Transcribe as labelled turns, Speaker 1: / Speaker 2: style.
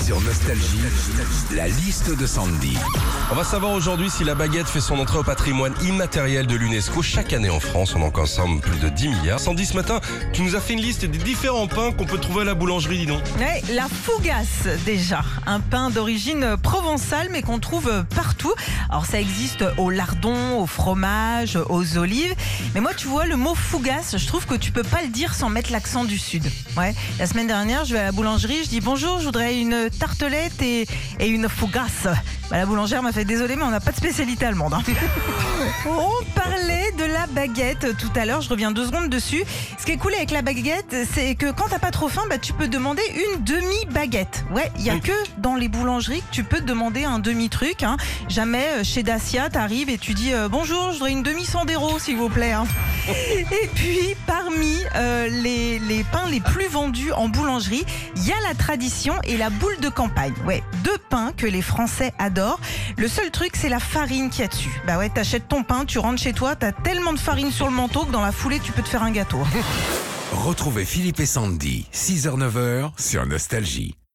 Speaker 1: Sur Nostalgie, la liste de Sandy.
Speaker 2: On va savoir aujourd'hui si la baguette fait son entrée au patrimoine immatériel de l'UNESCO. Chaque année en France, on en consomme plus de 10 milliards. Sandy, ce matin, tu nous as fait une liste des différents pains qu'on peut trouver à la boulangerie, dis donc.
Speaker 3: Ouais, la fougasse déjà, un pain d'origine provençale mais qu'on trouve partout. Alors ça existe au lardon, au fromage, aux olives. Mais moi tu vois le mot fougasse, je trouve que tu peux pas le dire sans mettre l'accent du sud. Ouais, la semaine dernière je vais à la boulangerie, je dis bonjour, je voudrais une tartelette et une fougasse. La boulangère m'a fait désolé mais on n'a pas de spécialité allemande. On parlait de la baguette tout à l'heure, je reviens 2 secondes dessus. Ce qui est cool avec la baguette, c'est que quand t'as pas trop faim, tu peux demander une demi-baguette. Ouais, il y a que dans les boulangeries que tu peux te demander un demi-truc. Jamais chez Dacia, t'arrives et tu dis bonjour, je voudrais une demi-Sandero s'il vous plaît. Et puis parmi les pains les plus vendus en boulangerie, il y a la tradition et la boule de campagne. Ouais, 2 pains que les Français adorent. Le seul truc, c'est la farine qu'il y a dessus. Ouais, t'achètes ton pain, tu rentres chez toi, t'as tellement de farine sur le manteau que dans la foulée, tu peux te faire un gâteau.
Speaker 1: Retrouvez Philippe et Sandy, 6h-9h sur Nostalgie.